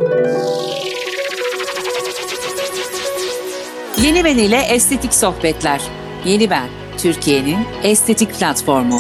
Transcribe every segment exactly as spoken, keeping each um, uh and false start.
Yeni Ben ile Estetik Sohbetler. Yeni Ben, Türkiye'nin estetik platformu.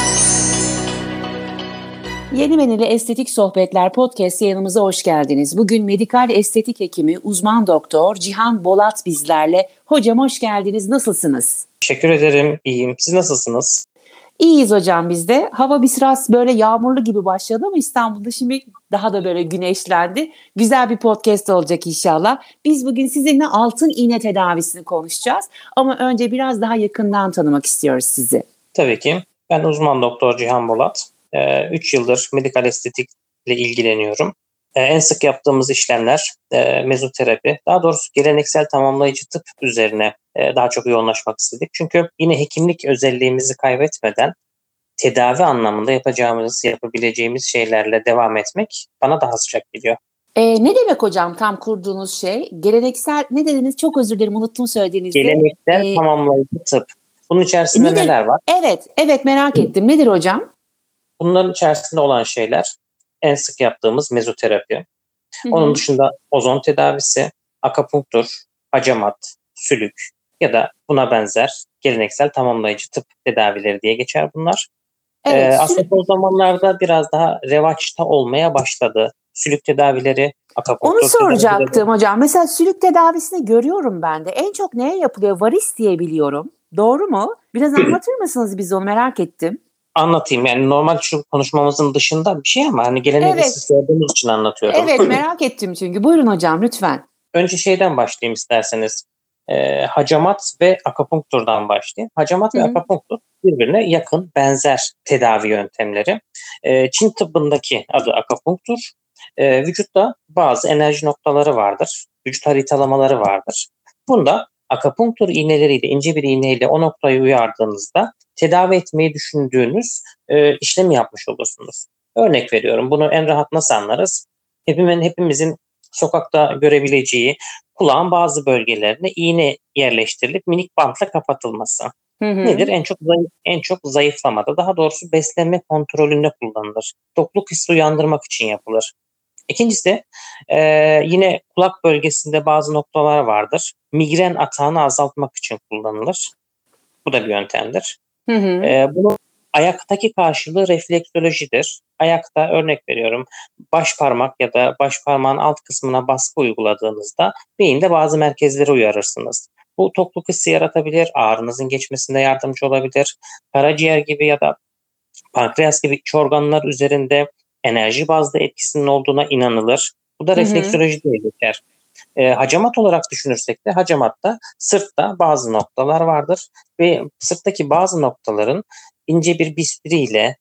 Yeni Ben ile Estetik Sohbetler podcast yayınımıza hoş geldiniz. Bugün medikal estetik hekimi, uzman doktor Cihan Bolat bizlerle. Hocam hoş geldiniz. Nasılsınız? Teşekkür ederim. İyiyim. Siz nasılsınız? İyiyiz hocam biz de. Hava biraz böyle yağmurlu gibi başladı ama İstanbul'da şimdi daha da böyle güneşlendi. Güzel bir podcast olacak inşallah. Biz bugün sizinle altın iğne tedavisini konuşacağız. Ama önce biraz daha yakından tanımak istiyoruz sizi. Tabii ki. Ben uzman doktor Cihan Bolat. üç yıldır medikal estetik ile ilgileniyorum. Ee, en sık yaptığımız işlemler e, mezoterapi. Daha doğrusu geleneksel tamamlayıcı tıp üzerine e, daha çok yoğunlaşmak istedik. Çünkü yine hekimlik özelliğimizi kaybetmeden tedavi anlamında yapacağımız, yapabileceğimiz şeylerle devam etmek bana daha sıcak geliyor. E, ne demek hocam tam kurduğunuz şey? Geleneksel ne dediniz? Çok özür dilerim, unuttum söylediğinizde. Geleneksel ee, tamamlayıcı tıp. Bunun içerisinde nedir? Neler var? Evet, evet merak ettim. Nedir hocam? Bunların içerisinde olan şeyler en sık yaptığımız mezoterapi. Hı hı. Onun dışında ozon tedavisi, akupunktur, hacamat, sülük ya da buna benzer geleneksel tamamlayıcı tıp tedavileri diye geçer bunlar. Evet, ee, aslında o zamanlarda biraz daha revaçta olmaya başladı. Sülük tedavileri, akupunktur Onu soracaktım tedavileri. Hocam. Mesela sülük tedavisini görüyorum ben de. En çok neye yapılıyor? Varis diye biliyorum. Doğru mu? Biraz anlatır mısınız bize onu, merak ettim. Anlatayım. Yani normal şu konuşmamızın dışında bir şey ama hani geleneği evet. Siz sorduğunuz için anlatıyorum. Evet merak ettim çünkü. Buyurun hocam lütfen. Önce şeyden başlayayım isterseniz. E, hacamat ve akupunkturdan başlayayım. Hacamat Hı-hı. ve akupunktur birbirine yakın, benzer tedavi yöntemleri. E, Çin tıbbındaki adı akupunktur. E, vücutta bazı enerji noktaları vardır. Vücut haritalamaları vardır. Bunda akupunktur iğneleriyle, ince bir iğneyle o noktayı uyardığınızda tedavi etmeyi düşündüğünüz e, işlemi yapmış olursunuz. Örnek veriyorum. Bunu en rahat nasıl anlarız? Hepimizin, hepimizin sokakta görebileceği kulağın bazı bölgelerine iğne yerleştirilip minik bantla kapatılması. Hı hı. Nedir? En çok zayıf, en çok zayıflamada, daha doğrusu beslenme kontrolünde kullanılır. Tokluk hissi uyandırmak için yapılır. İkincisi e, yine kulak bölgesinde bazı noktalar vardır. Migren atağını azaltmak için kullanılır. Bu da bir yöntemdir. Hı hı. E, bunu ayaktaki karşılığı refleksolojidir. Ayakta örnek veriyorum, baş parmak ya da baş parmağın alt kısmına baskı uyguladığınızda beyinde bazı merkezleri uyarırsınız. Bu tokluk hissi yaratabilir, ağrınızın geçmesinde yardımcı olabilir. Karaciğer gibi ya da pankreas gibi iç organlar üzerinde enerji bazlı etkisinin olduğuna inanılır. Bu da refleksoloji diye geçer. E, hacamat olarak düşünürsek de hacamatta sırtta bazı noktalar vardır ve sırttaki bazı noktaların ince bir bistiriyle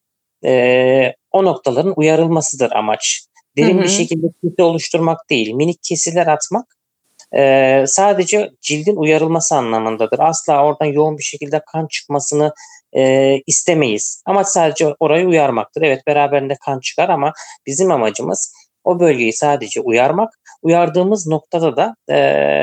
e, o noktaların uyarılmasıdır amaç. Derin hı hı. bir şekilde kesi oluşturmak değil, minik kesiler atmak e, sadece cildin uyarılması anlamındadır. Asla oradan yoğun bir şekilde kan çıkmasını e, istemeyiz. Amaç sadece orayı uyarmaktır. Evet, beraberinde kan çıkar ama bizim amacımız o bölgeyi sadece uyarmak. Uyardığımız noktada da e,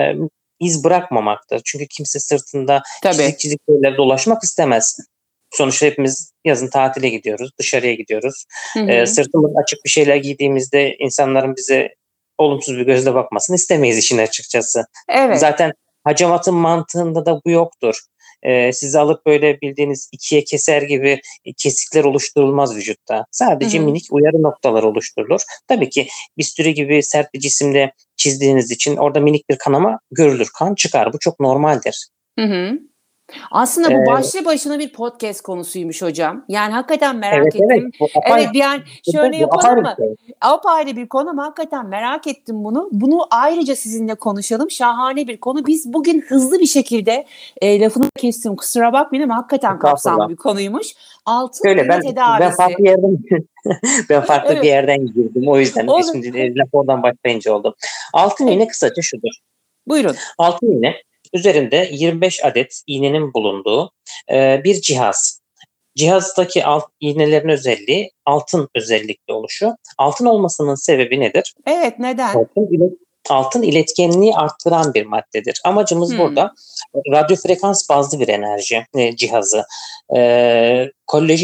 iz bırakmamaktır. Çünkü kimse sırtında Tabii. çizik çizik şeyler dolaşmak istemez. Sonuçta hepimiz yazın tatile gidiyoruz, dışarıya gidiyoruz. Hı hı. E, sırtımız açık bir şeyler giydiğimizde insanların bize olumsuz bir gözle bakmasını istemeyiz işin açıkçası. Evet. Zaten hacamatın mantığında da bu yoktur. Ee, sizi alıp böyle bildiğiniz ikiye keser gibi kesikler oluşturulmaz vücutta. Sadece hı hı. minik uyarı noktaları oluşturulur. Tabii ki bisturi gibi sert bir cisimde çizdiğiniz için orada minik bir kanama görülür. Kan çıkar. Bu çok normaldir. Hı hı. Aslında bu başlı başına bir podcast konusuymuş hocam. Yani hakikaten merak evet, ettim. Evet, evet yani şöyle yapalım mı? Apayrı bir konu ama hakikaten merak ettim bunu. Bunu ayrıca sizinle konuşalım. Şahane bir konu. Biz bugün hızlı bir şekilde e, lafını kestim. Kusura bakmayın ama hakikaten kapsamlı bir konuymuş. Altın iğne ben, tedavisi. Ben farklı yerden ben farklı evet. bir yerden girdim. O yüzden o, şimdi laf oradan başlayınca oldu. Altın iğne kısaca şudur. Buyurun. Altın iğne üzerinde yirmi beş adet iğnenin bulunduğu e, bir cihaz. Cihazdaki alt, iğnelerin özelliği altın özellikli oluşu. Altın olmasının sebebi nedir? Evet, neden? Altın, ilet, altın iletkenliği arttıran bir maddedir. Amacımız hmm. burada radyo frekans bazlı bir enerji e, cihazı. E, kollajen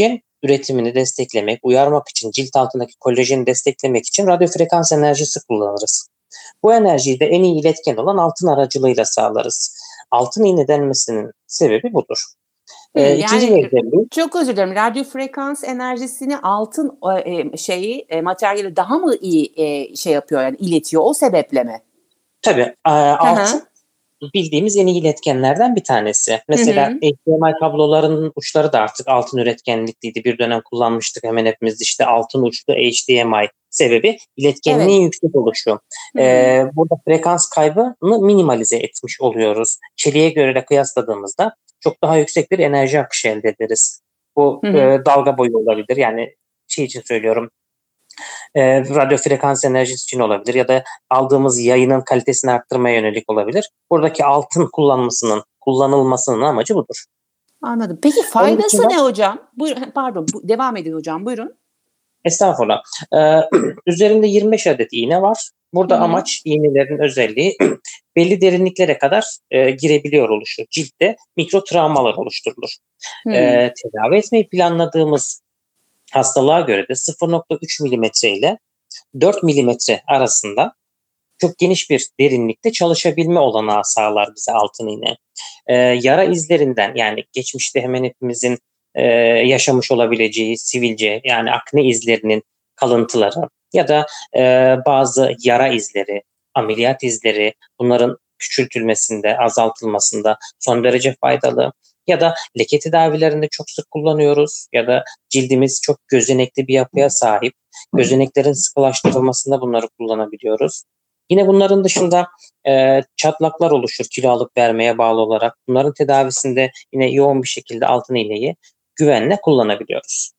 üretimini desteklemek, uyarmak için, cilt altındaki kolajeni desteklemek için radyo frekans enerjisi kullanırız. Bu enerjiyi de en iyi iletken olan altın aracılığıyla sağlarız. Altın iğne denmesinin sebebi budur. Hmm, Ee, ikinci yani özelliği, çok özür dilerim. Radyo frekans enerjisini altın e, şeyi e, materyali daha mı iyi e, şey yapıyor, yani iletiyor, o sebeple mi? tabii e, Hı altın hı. bildiğimiz en iyi iletkenlerden bir tanesi. Hı Mesela hı. H D M I kablolarının uçları da artık altın üretkenlikliydi. Bir dönem kullanmıştık hemen hepimiz, işte altın uçlu H D M I, sebebi Evet. iletkenliğin yüksek oluşu. Hmm. Ee, burada frekans kaybını minimalize etmiş oluyoruz. Çeliğe göre de kıyasladığımızda çok daha yüksek bir enerji akışı elde ederiz. Bu Hı e, hı. dalga boyu olabilir. Yani şey için söylüyorum, e, radyo frekans enerjisi için olabilir ya da aldığımız yayının kalitesini arttırmaya yönelik olabilir. Buradaki altın kullanmasının, kullanılmasının amacı budur. Anladım. Peki Onun faydası dışında, ne hocam? Buyurun, pardon, bu, devam edin hocam, buyurun. estağfurullah, e, üzerinde yirmi beş adet iğne var. Hı Burada hı. amaç, iğnelerin özelliği belli derinliklere kadar e, girebiliyor oluşu. Ciltte mikro travmalar oluşturulur. E, Hmm. tedavi etmeyi planladığımız hastalığa göre de sıfır nokta üç milimetre ile dört milimetre arasında çok geniş bir derinlikte çalışabilme olanağı sağlar bize altın iğne. Ee, yara izlerinden, yani geçmişte hemen hepimizin e, yaşamış olabileceği sivilce, yani akne izlerinin kalıntıları ya da e, bazı yara izleri, ameliyat izleri, bunların küçültülmesinde, azaltılmasında son derece faydalı. Ya da leke tedavilerinde çok sık kullanıyoruz ya da cildimiz çok gözenekli bir yapıya sahip. Gözeneklerin sıkılaştırılmasında bunları kullanabiliyoruz. Yine bunların dışında e, çatlaklar oluşur kilo alıp vermeye bağlı olarak. Bunların tedavisinde yine yoğun bir şekilde altın iğneyi güvenle kullanabiliyoruz.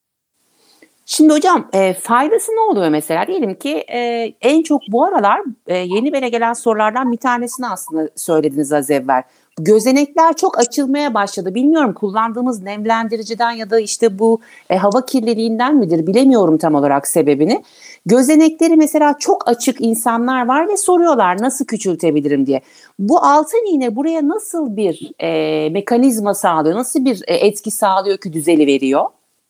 Şimdi hocam, e, faydası ne oluyor mesela? Diyelim ki e, en çok bu aralar e, yeni bana gelen sorulardan bir tanesini aslında söylediniz az evvel. Gözenekler çok açılmaya başladı. Bilmiyorum, kullandığımız nemlendiriciden ya da işte bu e, hava kirliliğinden midir, bilemiyorum tam olarak sebebini. Gözenekleri mesela çok açık insanlar var ve soruyorlar nasıl küçültebilirim diye. Bu altın iğne buraya nasıl bir e, mekanizma sağlıyor, nasıl bir e, etki sağlıyor ki düzeli veriyor?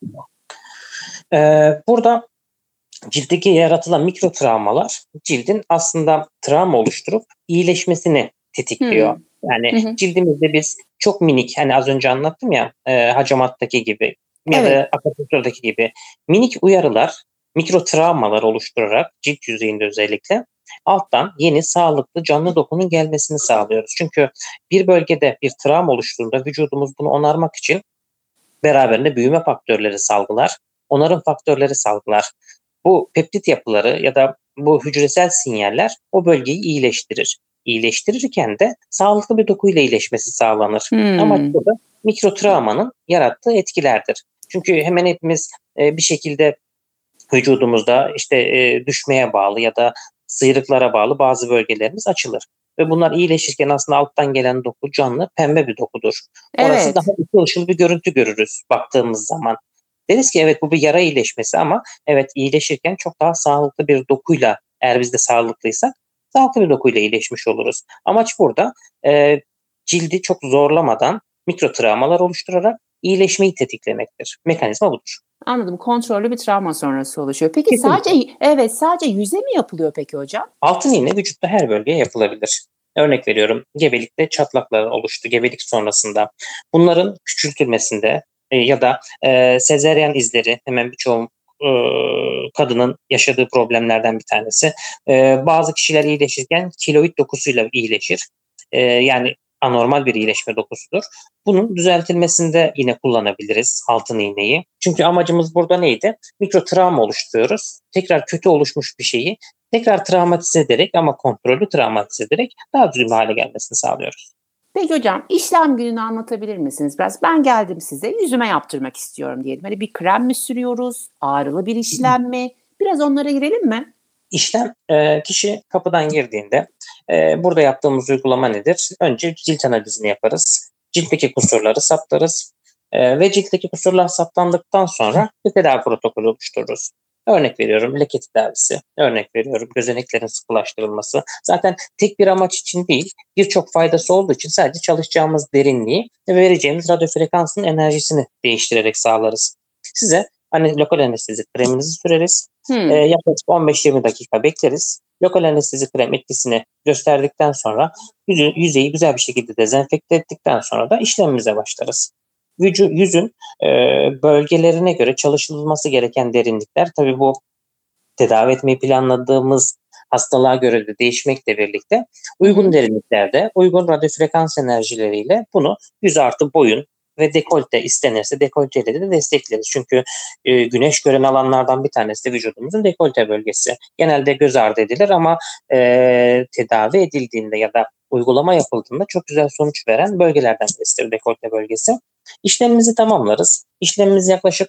Ee, burada ciltteki yaratılan mikro travmalar cildin aslında travma oluşturup iyileşmesini tetikliyor. Hmm. Hı Yani hı. cildimizde biz çok minik, hani az önce anlattım ya, e, hacamattaki gibi ya Evet. da akupunkturdaki gibi minik uyarılar mikro travmalar oluşturarak cilt yüzeyinde özellikle alttan yeni sağlıklı canlı dokunun gelmesini sağlıyoruz. Çünkü bir bölgede bir travma oluştuğunda vücudumuz bunu onarmak için beraberinde büyüme faktörleri salgılar, onarım faktörleri salgılar. Bu peptit yapıları ya da bu hücresel sinyaller o bölgeyi iyileştirir. İyileştirirken de sağlıklı bir dokuyla iyileşmesi sağlanır. Amaç Hmm. burada mikro travmanın yarattığı etkilerdir. Çünkü hemen hepimiz e, bir şekilde vücudumuzda işte e, düşmeye bağlı ya da sıyrıklara bağlı bazı bölgelerimiz açılır. Ve bunlar iyileşirken aslında alttan gelen doku canlı, pembe bir dokudur. Orası daha Evet. ışıl ışıl bir görüntü görürüz baktığımız zaman. Deriz ki evet, bu bir yara iyileşmesi, ama evet, iyileşirken çok daha sağlıklı bir dokuyla, eğer biz de sağlıklıysak sağlıklı bir dokuyla iyileşmiş oluruz. Amaç burada e, cildi çok zorlamadan mikro travmalar oluşturarak iyileşmeyi tetiklemektir. Mekanizma budur. Anladım. Kontrollü bir travma sonrası oluşuyor. Peki Kesinlikle. sadece evet sadece yüze mi yapılıyor peki hocam? Altın iğne vücutta her bölgeye yapılabilir. Örnek veriyorum, gebelikte çatlaklar oluştu, gebelik sonrasında. Bunların küçültülmesinde e, ya da e, sezeryan izleri, hemen birçoğu e, kadının yaşadığı problemlerden bir tanesi. E, bazı kişiler iyileşirken kiloid dokusuyla iyileşir. E, yani anormal bir iyileşme dokusudur. Bunun düzeltilmesinde yine kullanabiliriz altın iğneyi. Çünkü amacımız burada neydi? Mikro travma oluşturuyoruz. Tekrar kötü oluşmuş bir şeyi tekrar travmatize ederek, ama kontrollü travmatize ederek daha düzgün bir hale gelmesini sağlıyoruz. Peki hocam, işlem gününü anlatabilir misiniz biraz? Ben geldim size, yüzüme yaptırmak istiyorum diyelim. Hani bir krem mi sürüyoruz? Ağrılı bir işlem mi? Biraz onlara girelim mi? İşlem, e, kişi kapıdan girdiğinde e, burada yaptığımız uygulama nedir? Önce cilt analizini yaparız. Ciltteki kusurları saptarız. E, ve ciltteki kusurlar saptandıktan sonra bir tedavi protokolü oluştururuz. Örnek veriyorum, leke tedavisi. Örnek veriyorum, gözeneklerin sıkılaştırılması. Zaten tek bir amaç için değil, birçok faydası olduğu için sadece çalışacağımız derinliği ve vereceğimiz radyo frekansın enerjisini değiştirerek sağlarız. Size Hani lokal anestezi kreminizi süreriz. Hmm. E, yaklaşık on beş yirmi dakika bekleriz. Lokal anestezi krem etkisini gösterdikten sonra yüzü, yüzeyi güzel bir şekilde dezenfekte ettikten sonra da işlemimize başlarız. Vücu, yüzün e, bölgelerine göre çalışılması gereken derinlikler, tabii bu tedavi etmeyi planladığımız hastalığa göre de değişmekle birlikte uygun Hı hı. derinliklerde uygun radyofrekans enerjileriyle bunu yüz artı boyun ve dekolte istenirse dekolteyle de destekleriz. Çünkü e, güneş gören alanlardan bir tanesi de vücudumuzun dekolte bölgesi. Genelde göz ardı edilir ama e, tedavi edildiğinde ya da uygulama yapıldığında çok güzel sonuç veren bölgelerden birisidir dekolte bölgesi. İşlemimizi tamamlarız. İşlemimiz yaklaşık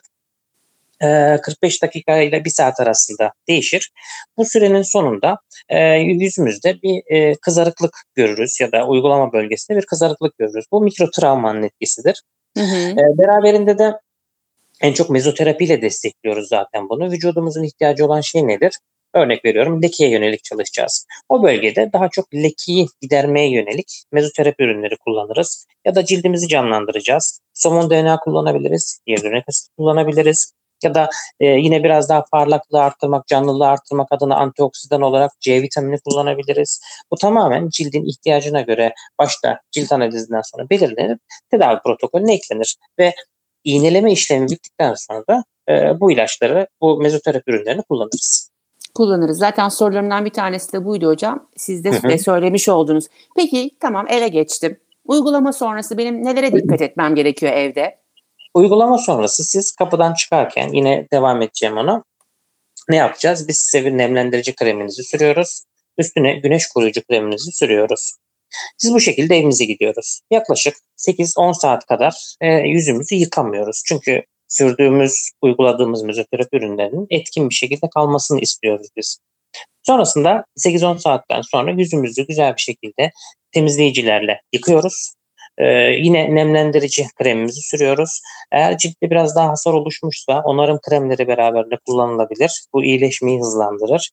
kırk beş dakika ile bir saat arasında değişir. Bu sürenin sonunda yüzümüzde bir kızarıklık görürüz ya da uygulama bölgesinde bir kızarıklık görürüz. Bu mikrotravmanın etkisidir. Hı hı. Beraberinde de en çok mezoterapiyle destekliyoruz zaten bunu. Vücudumuzun ihtiyacı olan şey nedir? Örnek veriyorum, lekeye yönelik çalışacağız. O bölgede daha çok lekeyi gidermeye yönelik mezoterapi ürünleri kullanırız. Ya da cildimizi canlandıracağız. Somon D N A kullanabiliriz, hyaluronik asit kullanabiliriz. Ya da e, yine biraz daha parlaklığı arttırmak, canlılığı arttırmak adına antioksidan olarak C vitamini kullanabiliriz. Bu tamamen cildin ihtiyacına göre başta cilt analizinden sonra belirlenip tedavi protokolüne eklenir. Ve iğneleme işlemi bittikten sonra da e, bu ilaçları, bu mezoterapi ürünlerini kullanırız. Kullanırız. Zaten sorularımdan bir tanesi de buydu hocam. Siz de, Hı hı. de söylemiş oldunuz. Peki tamam, eve geçtim. Uygulama sonrası benim nelere dikkat etmem gerekiyor evde? Uygulama sonrası siz kapıdan çıkarken, yine devam edeceğim ona, ne yapacağız? Biz size bir nemlendirici kreminizi sürüyoruz. Üstüne güneş koruyucu kreminizi sürüyoruz. Siz bu şekilde evimize gidiyoruz. Yaklaşık sekiz on saat kadar e, yüzümüzü yıkamıyoruz. Çünkü sürdüğümüz, uyguladığımız mezoterapi ürünlerinin etkin bir şekilde kalmasını istiyoruz biz. Sonrasında sekiz on saatten sonra yüzümüzü güzel bir şekilde temizleyicilerle yıkıyoruz. Ee, yine nemlendirici kremimizi sürüyoruz. Eğer ciltte biraz daha hasar oluşmuşsa onarım kremleri beraberinde kullanılabilir. Bu iyileşmeyi hızlandırır.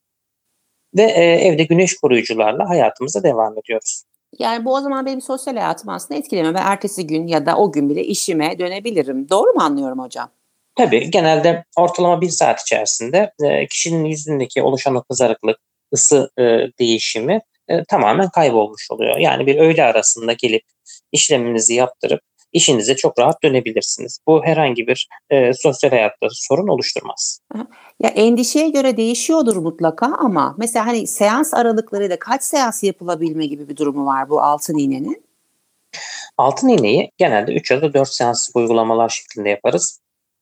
Ve e, evde güneş koruyucularla hayatımıza devam ediyoruz. Yani bu o zaman benim sosyal hayatımı aslında etkilemiyor ve ertesi gün ya da o gün bile işime dönebilirim. Doğru mu anlıyorum hocam? Tabii genelde ortalama bir saat içerisinde e, kişinin yüzündeki oluşan o kızarıklık, ısı e, değişimi e, tamamen kaybolmuş oluyor. Yani bir öğle arasında gelip işleminizi yaptırıp işinize çok rahat dönebilirsiniz. Bu herhangi bir e, sosyal hayatta sorun oluşturmaz. Aha. Ya endişeye göre değişiyordur mutlaka ama mesela hani seans aralıklarıyla kaç seans yapılabilme gibi bir durumu var bu altın iğnenin? Altın iğneyi genelde üç ya da dört seanslık uygulamalar şeklinde yaparız.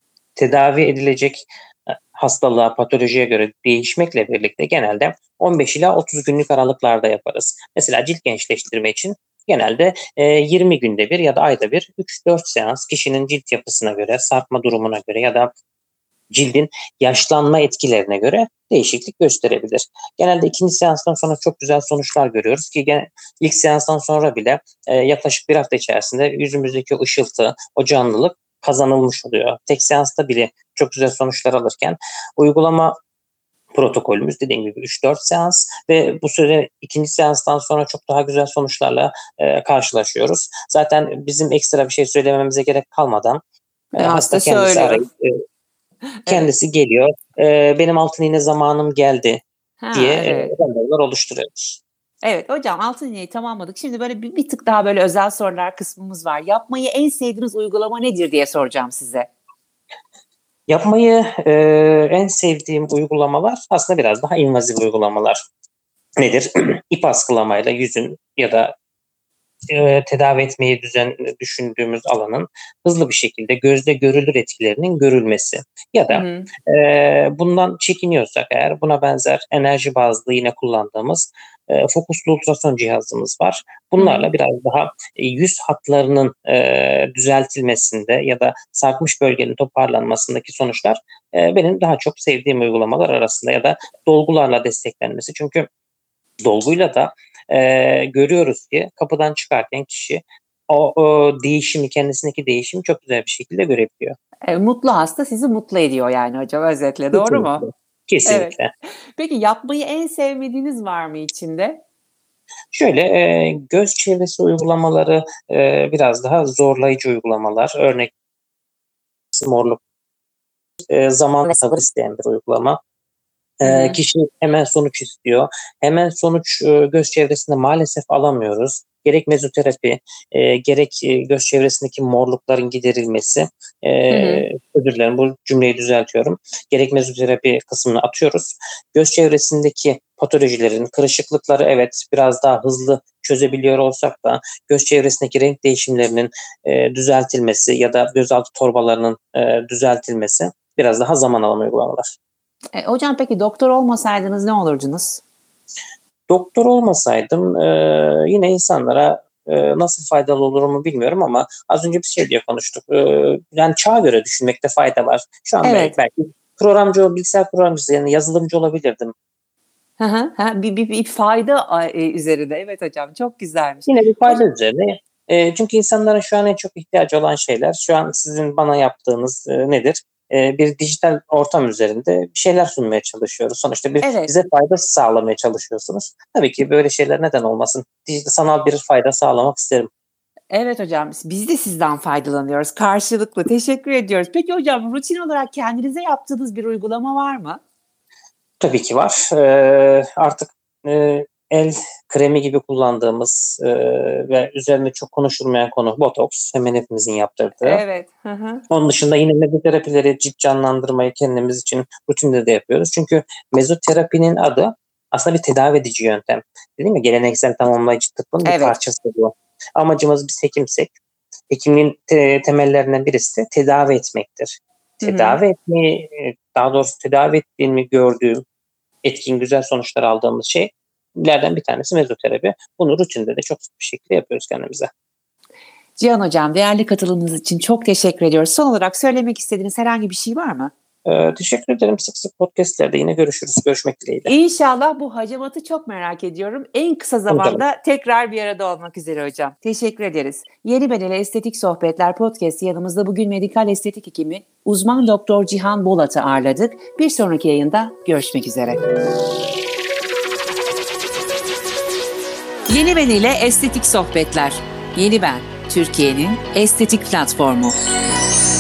Tedavi edilecek e, hastalığa, patolojiye göre değişmekle birlikte genelde on beş ila otuz günlük aralıklarda yaparız. Mesela cilt gençleştirme için genelde e, yirmi günde bir ya da ayda bir üç dört seans kişinin cilt yapısına göre, sarkma durumuna göre ya da cildin yaşlanma etkilerine göre değişiklik gösterebilir. Genelde ikinci seanstan sonra çok güzel sonuçlar görüyoruz ki gene ilk seanstan sonra bile e, yaklaşık bir hafta içerisinde yüzümüzdeki o ışıltı, o canlılık kazanılmış oluyor. Tek seansta bile çok güzel sonuçlar alırken uygulama protokolümüz dediğim gibi üç dört seans ve bu süre ikinci seanstan sonra çok daha güzel sonuçlarla e, karşılaşıyoruz. Zaten bizim ekstra bir şey söylememize gerek kalmadan e, E, hasta hasta kendisi söylüyor. arayıp e, Evet. kendisi geliyor. E, benim altın iğne zamanım geldi diye Ha, e, evet. randevular oluşturuyoruz. Evet hocam, altın iğneyi tamamladık. Şimdi böyle bir, bir tık daha böyle özel sorular kısmımız var. Yapmayı en sevdiğiniz uygulama nedir diye soracağım size. Yapmayı e, en sevdiğim uygulamalar aslında biraz daha invazif uygulamalar. Nedir? İp askılamayla yüzün ya da e, tedavi etmeyi düzen düşündüğümüz alanın hızlı bir şekilde gözle görülür etkilerinin görülmesi ya Hı da hı. e, bundan çekiniyorsak eğer buna benzer enerji bazlı yine kullandığımız e, fokuslu ultrason cihazımız var. Hı hı. Bunlarla biraz daha e, yüz hatlarının e, düzeltilmesinde ya da sarkmış bölgenin toparlanmasındaki sonuçlar e, benim daha çok sevdiğim uygulamalar arasında ya da dolgularla desteklenmesi. Çünkü dolguyla da e, görüyoruz ki kapıdan çıkarken kişi o, o değişimi, kendisindeki değişimi çok güzel bir şekilde görebiliyor. E, mutlu hasta sizi mutlu ediyor yani hocam, özetle doğru Kesinlikle. mu? Evet. Kesinlikle. Peki yapmayı en sevmediğiniz var mı içinde? Şöyle e, göz çevresi uygulamaları e, biraz daha zorlayıcı uygulamalar. Örnek morluk e, zaman ve sabır isteyen bir uygulama. E, kişi hemen sonuç istiyor. Hemen sonuç e, göz çevresinde maalesef alamıyoruz. Gerek mezoterapi, e, gerek e, göz çevresindeki morlukların giderilmesi, e, özür dilerim bu cümleyi düzeltiyorum. Gerek mezoterapi kısmını atıyoruz. Göz çevresindeki patolojilerin, kırışıklıkları evet biraz daha hızlı çözebiliyor olsak da göz çevresindeki renk değişimlerinin e, düzeltilmesi ya da gözaltı torbalarının e, düzeltilmesi biraz daha zaman alan uygulamalar. E, hocam peki doktor olmasaydınız ne olurdunuz? Doktor olmasaydım e, yine insanlara e, nasıl faydalı olurumu bilmiyorum ama az önce bir şey diye konuştuk. E, yani çağa göre düşünmekte fayda var. Şu an Evet. belki, belki programcı, bilgisayar programcısı yani yazılımcı olabilirdim. Hı hı, hı, bir, bir, bir fayda e, üzerinde. Evet hocam çok güzelmiş. Yine bir fayda hocam, üzerine. E, çünkü insanların şu an en çok ihtiyacı olan şeyler, şu an sizin bana yaptığınız e, nedir? E, bir dijital ortam üzerinde bir şeyler sunmaya çalışıyoruz. Sonuçta bir Evet. bize fayda sağlamaya çalışıyorsunuz. Tabii ki böyle şeyler neden olmasın? Dijital sanal bir fayda sağlamak isterim. Evet hocam biz de sizden faydalanıyoruz karşılıklı. Teşekkür ediyoruz. Peki hocam rutin olarak kendinize yaptığınız bir uygulama var mı? Tabii ki var. Ee, artık e, el kremi gibi kullandığımız e, ve üzerinde çok konuşulmayan konu botoks. Hemen hepimizin yaptırdığı. Evet. Hı hı. Onun dışında yine mezoterapileri, cilt canlandırmayı kendimiz için rutinde de yapıyoruz. Çünkü mezoterapinin adı aslında bir tedavi edici yöntem. Değil mi? Geleneksel tamamlayıcı tıbbın bir Evet. parçası bu. Amacımız biz hekimsek, hekimliğin te- temellerinden birisi de tedavi etmektir. Hı hı. Tedavi etmeyi, daha doğrusu tedavi ettiğimi gördüğüm, etkin güzel sonuçlar aldığımız şeylerden bir tanesi mezoterapi. Bunu rutinde de çok sık bir şekilde yapıyoruz kendimize. Cihan hocam değerli katılımınız için çok teşekkür ediyoruz. Son olarak söylemek istediğiniz herhangi bir şey var mı? Ee, teşekkür ederim. Sık sık podcastlerde yine görüşürüz. Görüşmek dileğiyle. İnşallah bu hacamatı çok merak ediyorum. En kısa zamanda Hocam. tekrar bir arada olmak üzere hocam. Teşekkür ederiz. Yeni Bedeli Estetik Sohbetler Podcast yanımızda bugün medikal estetik hekimi uzman doktor Cihan Bolat'ı ağırladık. Bir sonraki yayında görüşmek üzere. Yeni Ben ile Estetik Sohbetler. Yeni Ben, Türkiye'nin estetik platformu.